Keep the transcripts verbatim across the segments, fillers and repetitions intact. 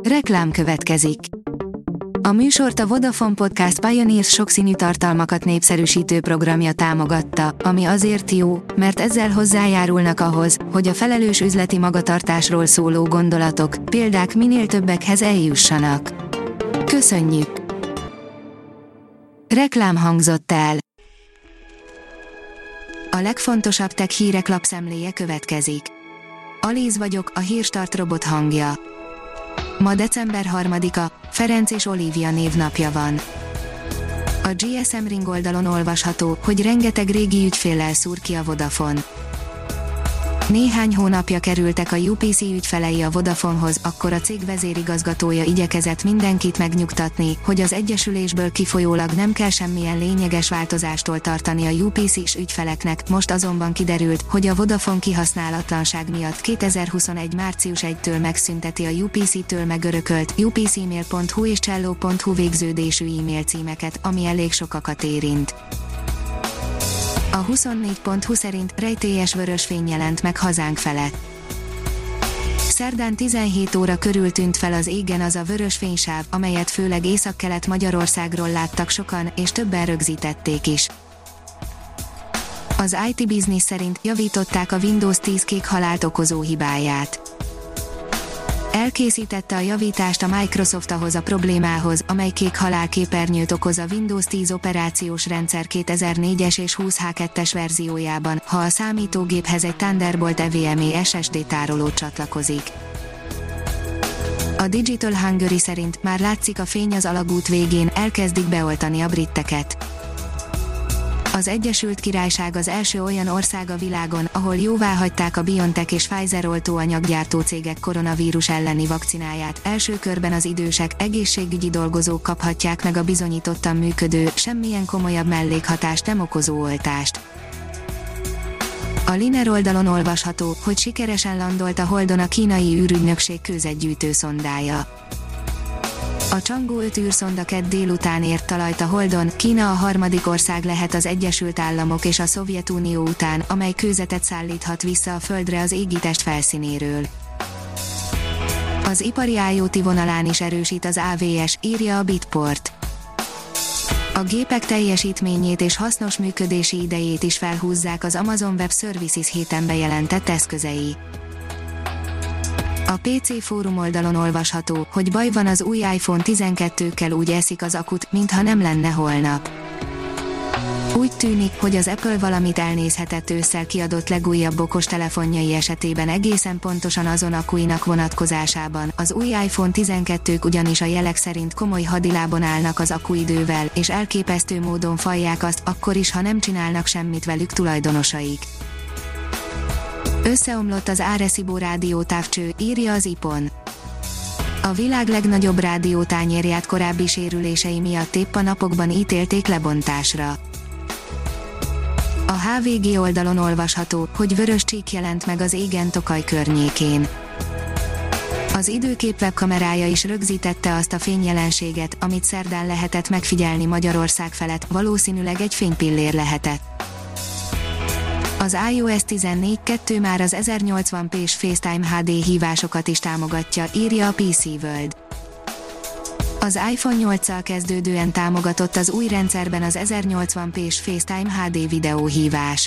Reklám következik. A műsort a Vodafone Podcast Pioneers sokszínű tartalmakat népszerűsítő programja támogatta, ami azért jó, mert ezzel hozzájárulnak ahhoz, hogy a felelős üzleti magatartásról szóló gondolatok, példák minél többekhez eljussanak. Köszönjük! Reklám hangzott el. A legfontosabb tech hírek lapszemléje következik. Alíz vagyok, a Hírstart robot hangja. Ma december harmadika, Ferenc és Olivia névnapja van. A gé es em Ring oldalon olvasható, hogy rengeteg régi ügyféllel szúr ki a Vodafone. Néhány hónapja kerültek a u pé cé ügyfelei a Vodafonehoz, akkor a cég vezérigazgatója igyekezett mindenkit megnyugtatni, hogy az egyesülésből kifolyólag nem kell semmilyen lényeges változástól tartani a u pé cés ügyfeleknek, most azonban kiderült, hogy a Vodafone kihasználatlanság miatt kétezer-huszonegy március elsejétől megszünteti a u pé cé-től megörökölt upcmail pont hu és cello pont hu végződésű e-mail címeket, ami elég sokakat érint. A huszonnégy pont hu szerint rejtélyes vörösfény jelent meg hazánk felett. Szerdán tizenhét óra körül tűnt fel az égen az a vörös fénysáv, amelyet főleg Északkelet Magyarországról láttak sokan, és többen rögzítették is. Az i té Business szerint javították a Windows tíz kék halált okozó hibáját. Elkészítette a javítást a Microsoft ahhoz a problémához, amely kék halálképernyőt okoz a Windows tíz operációs rendszer kétezer-négyes és húsz há kettes verziójában, ha a számítógéphez egy Thunderbolt e vé em e es es dé tároló csatlakozik. A Digital Hungary szerint már látszik a fény az alagút végén, elkezdik beoltani a britteket. Az Egyesült Királyság az első olyan ország a világon, ahol jóváhagyták a BioNTech és Pfizer oltóanyaggyártó cégek koronavírus elleni vakcináját. Első körben az idősek, egészségügyi dolgozók kaphatják meg a bizonyítottan működő, semmilyen komolyabb mellékhatást nem okozó oltást. A Liner oldalon olvasható, hogy sikeresen landolt a Holdon a kínai űrügynökség kőzetgyűjtő szondája. A Chang'e öt űrszonda kedd délután ért talajt a Holdon, Kína a harmadik ország lehet az Egyesült Államok és a Szovjetunió után, amely kőzetet szállíthat vissza a Földre az égitest felszínéről. Az ipari IoT vonalán is erősít az á vé es, írja a Bitport. A gépek teljesítményét és hasznos működési idejét is felhúzzák az Amazon Web Services héten bejelentett eszközei. A pé cé fórum oldalon olvasható, hogy baj van az új iPhone tizenkettőkkel, úgy eszik az akut, mintha nem lenne holnap. Úgy tűnik, hogy az Apple valamit elnézhetett ősszel kiadott legújabb okostelefonjai esetében egészen pontosan azon akuinak vonatkozásában. Az új iPhone tizenkettők ugyanis a jelek szerint komoly hadilábon állnak az akuidővel, és elképesztő módon falják azt, akkor is, ha nem csinálnak semmit velük tulajdonosaik. Összeomlott az Arecibo rádiótávcső, írja az i pon. A világ legnagyobb rádiótányérját korábbi sérülései miatt épp a napokban ítélték lebontásra. A há vé gé oldalon olvasható, hogy vörös csík jelent meg az égen Tokaj környékén. Az Időkép webkamerája is rögzítette azt a fényjelenséget, amit szerdán lehetett megfigyelni Magyarország felett, valószínűleg egy fénypillér lehetett. Az iOS tizennégy pont kettő már az ezernyolcvan pés FaceTime há dé hívásokat is támogatja, írja a pé cé World. Az iPhone nyolccal kezdődően támogatott az új rendszerben az ezernyolcvan pés FaceTime há dé videóhívás.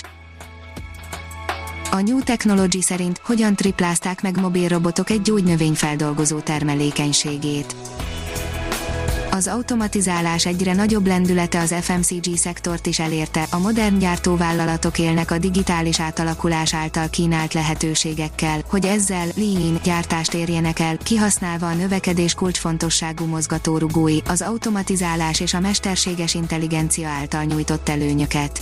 A New Technology szerint hogyan triplázták meg mobilrobotok egy gyógynövényfeldolgozó termelékenységét. Az automatizálás egyre nagyobb lendülete az ef em cé gé szektort is elérte, a modern gyártóvállalatok élnek a digitális átalakulás által kínált lehetőségekkel, hogy ezzel lean gyártást érjenek el, kihasználva a növekedés kulcsfontosságú mozgatórugói, az automatizálás és a mesterséges intelligencia által nyújtott előnyöket.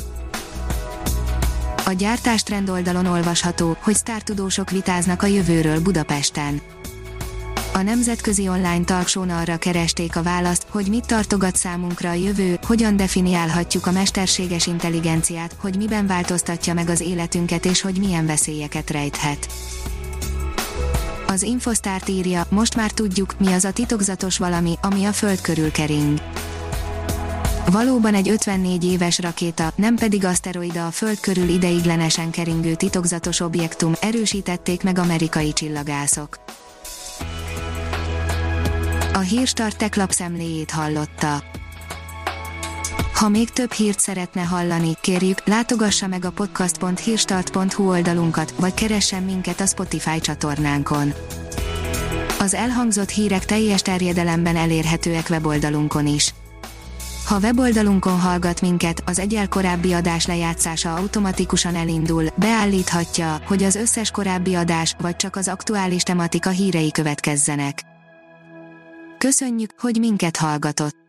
A gyártástrend oldalon olvasható, hogy sztártudósok vitáznak a jövőről Budapesten. A nemzetközi online talkshown arra keresték a választ, hogy mit tartogat számunkra a jövő, hogyan definiálhatjuk a mesterséges intelligenciát, hogy miben változtatja meg az életünket és hogy milyen veszélyeket rejthet. Az Infosztárt írja, most már tudjuk, mi az a titokzatos valami, ami a Föld körül kering. Valóban egy ötvennégy éves rakéta, nem pedig aszteroida a Föld körül ideiglenesen keringő titokzatos objektum, erősítették meg amerikai csillagászok. A Hírstart tech lapszemléjét hallotta. Ha még több hírt szeretne hallani, kérjük, látogassa meg a podcast pont hírstart pont hu oldalunkat, vagy keressen minket a Spotify csatornánkon. Az elhangzott hírek teljes terjedelemben elérhetőek weboldalunkon is. Ha weboldalunkon hallgat minket, az egyel korábbi adás lejátszása automatikusan elindul, beállíthatja, hogy az összes korábbi adás, vagy csak az aktuális tematika hírei következzenek. Köszönjük, hogy minket hallgatott!